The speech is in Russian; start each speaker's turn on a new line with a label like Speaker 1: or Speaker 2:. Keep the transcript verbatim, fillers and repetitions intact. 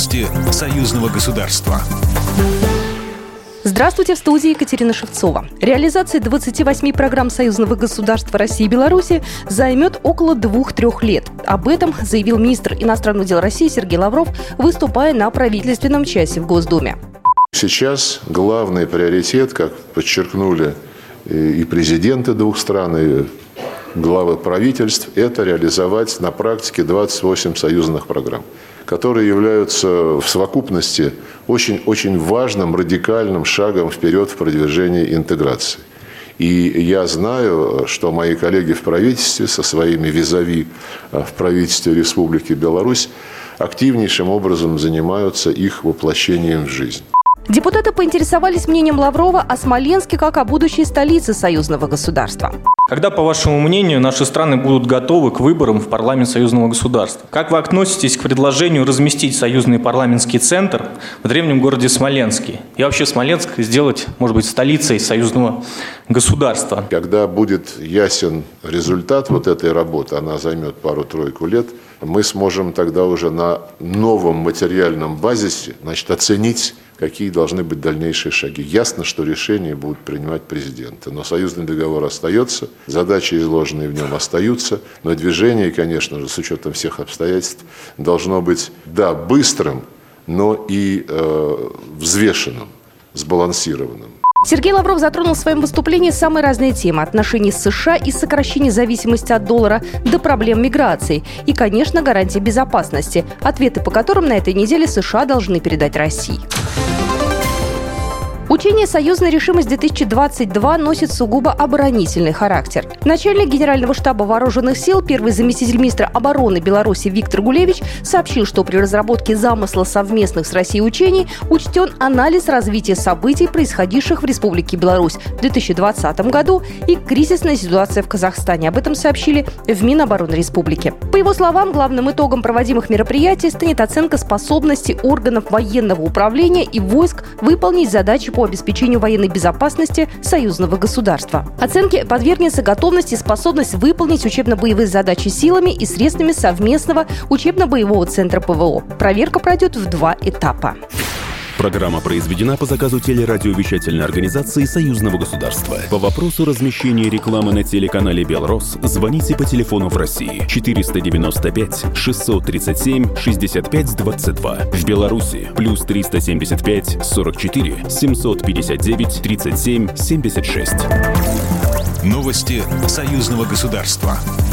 Speaker 1: Новости союзного государства.
Speaker 2: Здравствуйте, в студии Екатерина Шевцова. Реализация двадцати восьми программ союзного государства России и Беларуси займет около двух-трех лет. Об этом заявил министр иностранных дел России Сергей Лавров, выступая на правительственном часе в Госдуме.
Speaker 3: Сейчас главный приоритет, как подчеркнули и президенты двух стран, и главы правительств, это реализовать на практике двадцать восемь союзных программ, которые являются в совокупности очень-очень важным, радикальным шагом вперед в продвижении интеграции. И я знаю, что мои коллеги в правительстве со своими визави в правительстве Республики Беларусь активнейшим образом занимаются их воплощением в жизнь.
Speaker 2: Депутаты поинтересовались мнением Лаврова о Смоленске как о будущей столице союзного государства.
Speaker 4: Когда, по вашему мнению, наши страны будут готовы к выборам в парламент союзного государства? Как вы относитесь к предложению разместить союзный парламентский центр в древнем городе Смоленске? И вообще Смоленск сделать, может быть, столицей союзного государства?
Speaker 3: Когда будет ясен результат вот этой работы, она займет пару-тройку лет, мы сможем тогда уже на новом материальном базисе, значит, оценить, какие должны быть дальнейшие шаги. Ясно, что решения будут принимать президенты, но союзный договор остается, задачи, изложенные в нем, остаются, но движение, конечно же, с учетом всех обстоятельств, должно быть, да, быстрым, но и э, взвешенным, сбалансированным.
Speaker 2: Сергей Лавров затронул в своем выступлении самые разные темы – отношений с США и сокращения зависимости от доллара до проблем миграции и, конечно, гарантии безопасности, ответы по которым на этой неделе США должны передать России. Учение «Союзная решимость-две тысячи двадцать два» носит сугубо оборонительный характер. Начальник Генерального штаба Вооруженных сил, первый заместитель министра обороны Беларуси Виктор Гулевич сообщил, что при разработке замысла совместных с Россией учений учтен анализ развития событий, происходивших в Республике Беларусь в две тысячи двадцатом году и кризисная ситуация в Казахстане. Об этом сообщили в Минобороны Республики. По его словам, главным итогом проводимых мероприятий станет оценка способности органов военного управления и войск выполнить задачи по обеспечению военной безопасности союзного государства. Оценке подвергнется готовность и способность выполнить учебно-боевые задачи силами и средствами совместного учебно-боевого центра ПВО. Проверка пройдет в два этапа.
Speaker 1: Программа произведена по заказу телерадиовещательной организации союзного государства. По вопросу размещения рекламы на телеканале «Белрос» звоните по телефону в России четыреста девяносто пять шестьсот тридцать семь шестьдесят пять двадцать два. В Беларуси плюс триста семьдесят пять сорок четыре семьсот пятьдесят девять тридцать семь семьдесят шесть. Новости союзного государства.